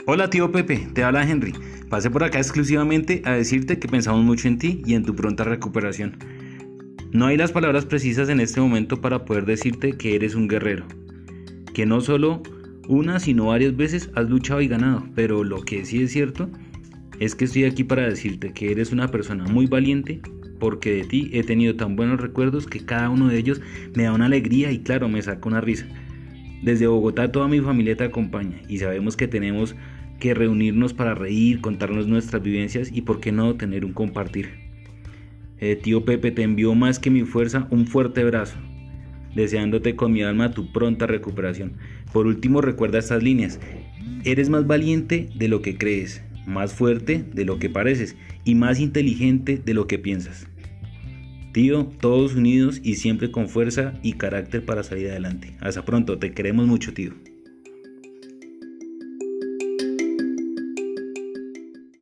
Hola tío Pepe, te habla Henry. Pasé por acá exclusivamente a decirte que pensamos mucho en ti y en tu pronta recuperación. No hay las palabras precisas en este momento para poder decirte que eres un guerrero, que no solo una sino varias veces has luchado y ganado, pero lo que sí es cierto es que estoy aquí para decirte que eres una persona muy valiente, porque de ti he tenido tan buenos recuerdos que cada uno de ellos me da una alegría y claro, me saca una risa. Desde Bogotá toda mi familia te acompaña y sabemos que tenemos que reunirnos para reír, contarnos nuestras vivencias y por qué no tener un compartir. Tío Pepe, te envío más que mi fuerza un fuerte abrazo, deseándote con mi alma tu pronta recuperación. Por último, recuerda estas líneas: eres más valiente de lo que crees, más fuerte de lo que pareces y más inteligente de lo que piensas. Tío, todos unidos y siempre con fuerza y carácter para salir adelante. Hasta pronto, te queremos mucho, tío.